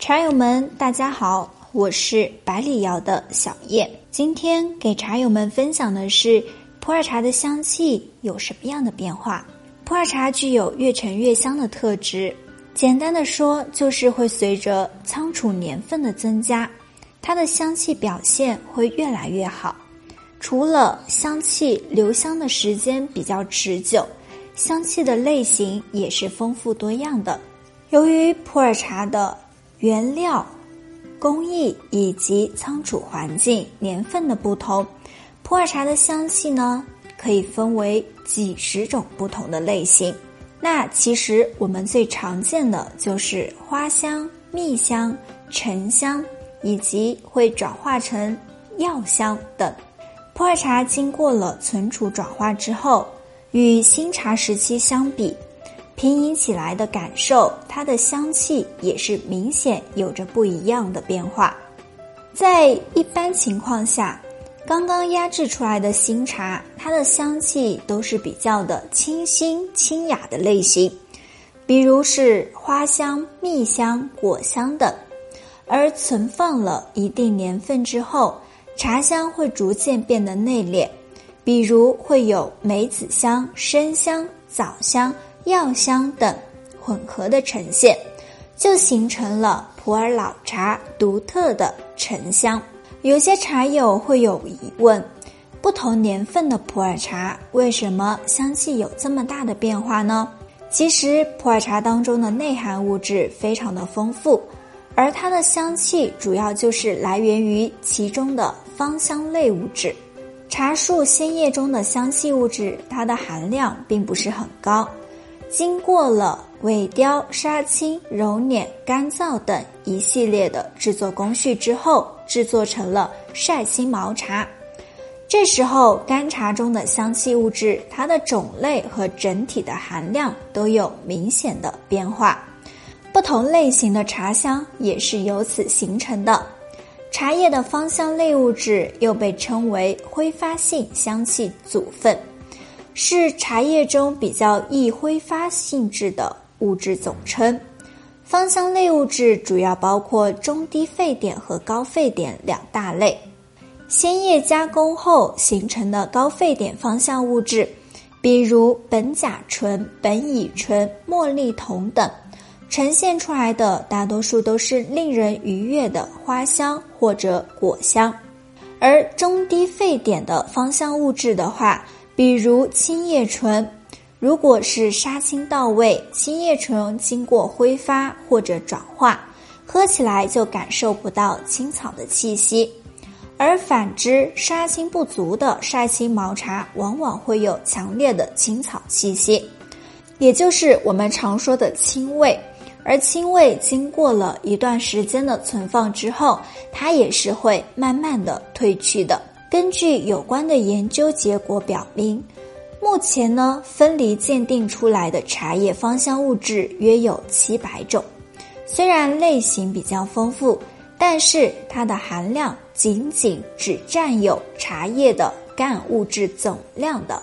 茶友们大家好，我是百里瑶的小叶。今天给茶友们分享的是普洱茶的香气有什么样的变化。普洱茶具有越陈越香的特质，简单的说就是会随着仓储年份的增加，它的香气表现会越来越好。除了香气留香的时间比较持久，香气的类型也是丰富多样的。由于普洱茶的原料、工艺以及仓储环境、年份的不同，普洱茶的香气呢，可以分为几十种不同的类型。那其实我们最常见的就是花香、蜜香、沉香，以及会转化成药香等。普洱茶经过了存储转化之后，与新茶时期相比，品饮起来的感受，它的香气也是明显有着不一样的变化。在一般情况下，刚刚压制出来的新茶，它的香气都是比较的清新清雅的类型，比如是花香、蜜香、果香等。而存放了一定年份之后，茶香会逐渐变得内敛，比如会有梅子香、生香、枣香、药香等混合的呈现，就形成了普洱老茶独特的沉香。有些茶友会有疑问，不同年份的普洱茶为什么香气有这么大的变化呢？其实普洱茶当中的内含物质非常的丰富，而它的香气主要就是来源于其中的芳香类物质。茶树鲜叶中的香气物质，它的含量并不是很高，经过了萎凋、杀青、揉捻、干燥等一系列的制作工序之后，制作成了晒青毛茶。这时候干茶中的香气物质，它的种类和整体的含量都有明显的变化，不同类型的茶香也是由此形成的。茶叶的芳香类物质又被称为挥发性香气组分，是茶叶中比较易挥发性质的物质总称。芳香类物质主要包括中低沸点和高沸点两大类。鲜叶加工后形成的高沸点芳香物质，比如苯甲醇、苯乙醇、茉莉酮等，呈现出来的大多数都是令人愉悦的花香或者果香。而中低沸点的芳香物质的话，比如青叶醇，如果是杀青到位，青叶醇经过挥发或者转化，喝起来就感受不到青草的气息。而反之，杀青不足的晒青毛茶往往会有强烈的青草气息，也就是我们常说的青味。而青味经过了一段时间的存放之后，它也是会慢慢的褪去的。根据有关的研究结果表明，目前呢，分离鉴定出来的茶叶芳香物质约有700种，虽然类型比较丰富，但是它的含量仅只占有茶叶的干物质总量的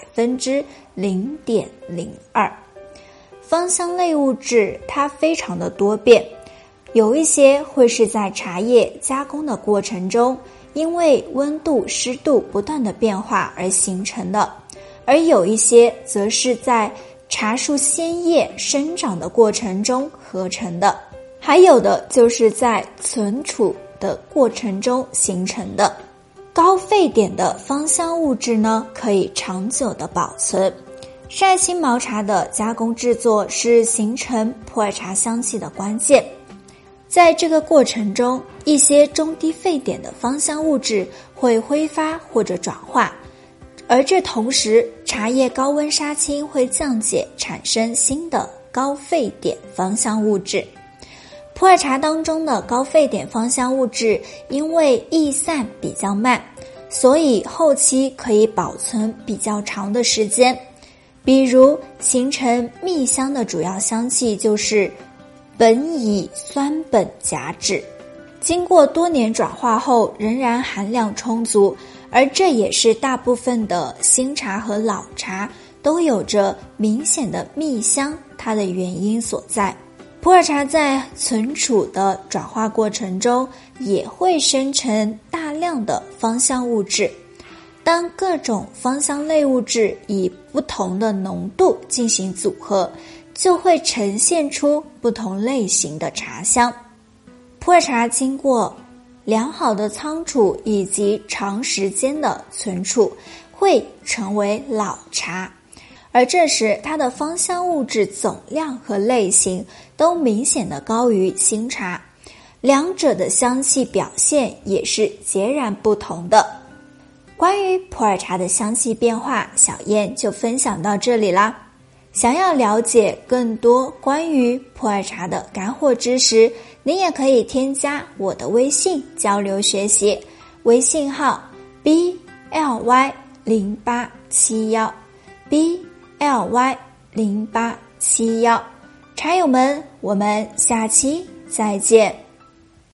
0.02%。芳香类物质它非常的多变，有一些会是在茶叶加工的过程中，因为温度、湿度不断的变化而形成的，而有一些则是在茶树鲜叶生长的过程中合成的，还有的就是在存储的过程中形成的。高沸点的芳香物质呢，可以长久的保存。晒青毛茶的加工制作是形成普洱茶香气的关键，在这个过程中，一些中低沸点的芳香物质会挥发或者转化，而这同时茶叶高温杀青会降解，产生新的高沸点芳香物质。普洱茶当中的高沸点芳香物质因为易散比较慢，所以后期可以保存比较长的时间。比如形成蜜香的主要香气就是苯乙酸苯甲酯，经过多年转化后仍然含量充足，而这也是大部分的新茶和老茶都有着明显的蜜香它的原因所在。普普洱茶在存储的转化过程中也会生成大量的芳香物质。当各种芳香类物质以不同的浓度进行组合，就会呈现出不同类型的茶香。普洱茶经过良好的仓储以及长时间的存储，会成为老茶，而这时它的芳香物质总量和类型都明显的高于新茶，两者的香气表现也是截然不同的。关于普洱茶的香气变化，小燕就分享到这里啦。想要了解更多关于普洱茶的干货知识，您也可以添加我的微信交流学习，微信号 BLY0871 BLY0871。茶友们，我们下期再见。